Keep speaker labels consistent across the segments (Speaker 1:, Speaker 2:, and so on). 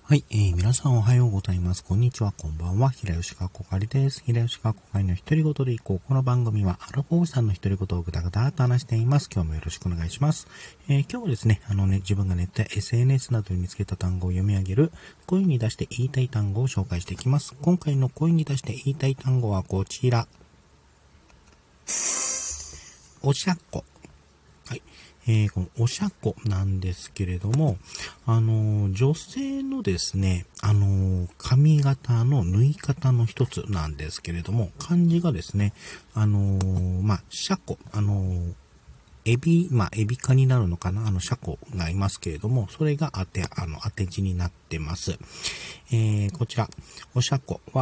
Speaker 1: はい、皆さんおはようございます。こんにちは、こんばんは。平吉川こかりです。平吉川こかりの独り言でいこう。この番組はアラフォーさんの独り言をぐだぐだと話しています。今日もよろしくお願いします。今日はですね、自分がネットや SNS などに見つけた単語を読み上げる、声に出して言いたい単語を紹介していきます。今回の声に出して言いたい単語はこちら。おしゃっこ。はい。このおしゃこなんですけれども、女性のですね、髪型の縫い方の一つなんですけれども、漢字がですね、しゃこ、エビ科になるのかな、シャコがいますけれども、それが当て字になってます。こちら、おしゃこは、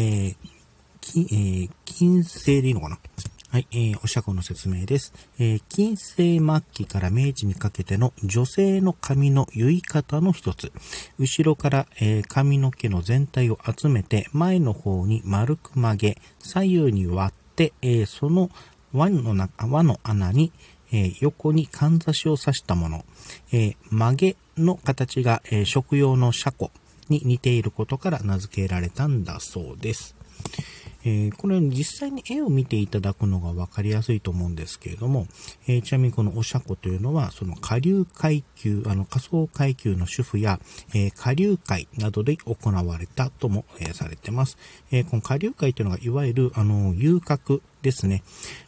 Speaker 1: 近世でいいのかな。はい、おしゃこの説明です。近世末期から明治にかけての女性の髪の結い方の一つ。後ろから、髪の毛の全体を集めて前の方に丸く曲げ、左右に割って、その輪の穴に、横にかんざしを刺したもの。曲げの形が、食用のシャコに似ていることから名付けられたんだそうです。これ実際に絵を見ていただくのが分かりやすいと思うんですけれども、ちなみにこのおしゃこというのは、その下流階級、仮想階級の主婦や、下流階などで行われたとも、されています。この下流階というのがいわゆる、遊郭ですね。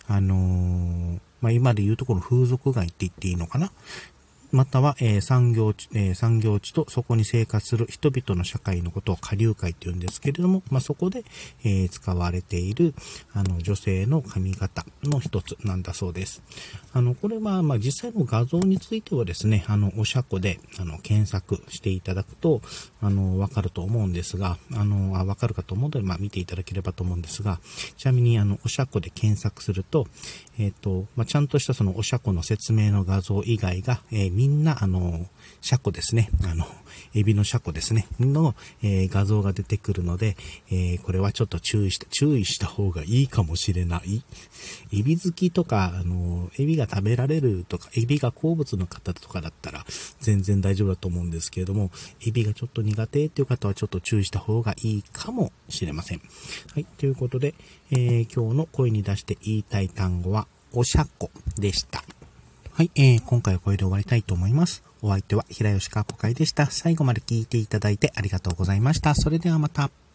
Speaker 1: 今で言うところ風俗街って言っていいのかな。または、産業地とそこに生活する人々の社会のことを下流会と言うんですけれども、そこで、使われている、女性の髪型の一つなんだそうです。これは、実際の画像についてはですね、おしゃこで、検索していただくと、わかると思うんですが、わかるかと思うので、見ていただければと思うんですが、ちなみに、おしゃこで検索すると、ちゃんとしたそのおしゃこの説明の画像以外が、みんな、シャコですね。エビのシャコですね。の、画像が出てくるので、これはちょっと注意した方がいいかもしれない。エビ好きとか、エビが食べられるとか、エビが好物の方とかだったら、全然大丈夫だと思うんですけれども、エビがちょっと苦手っていう方はちょっと注意した方がいいかもしれません。はい。ということで、今日の声に出して言いたい単語は、おしゃこでした。はい、今回はこれで終わりたいと思います。お相手は平吉川こかいでした。最後まで聞いていただいてありがとうございました。それではまた。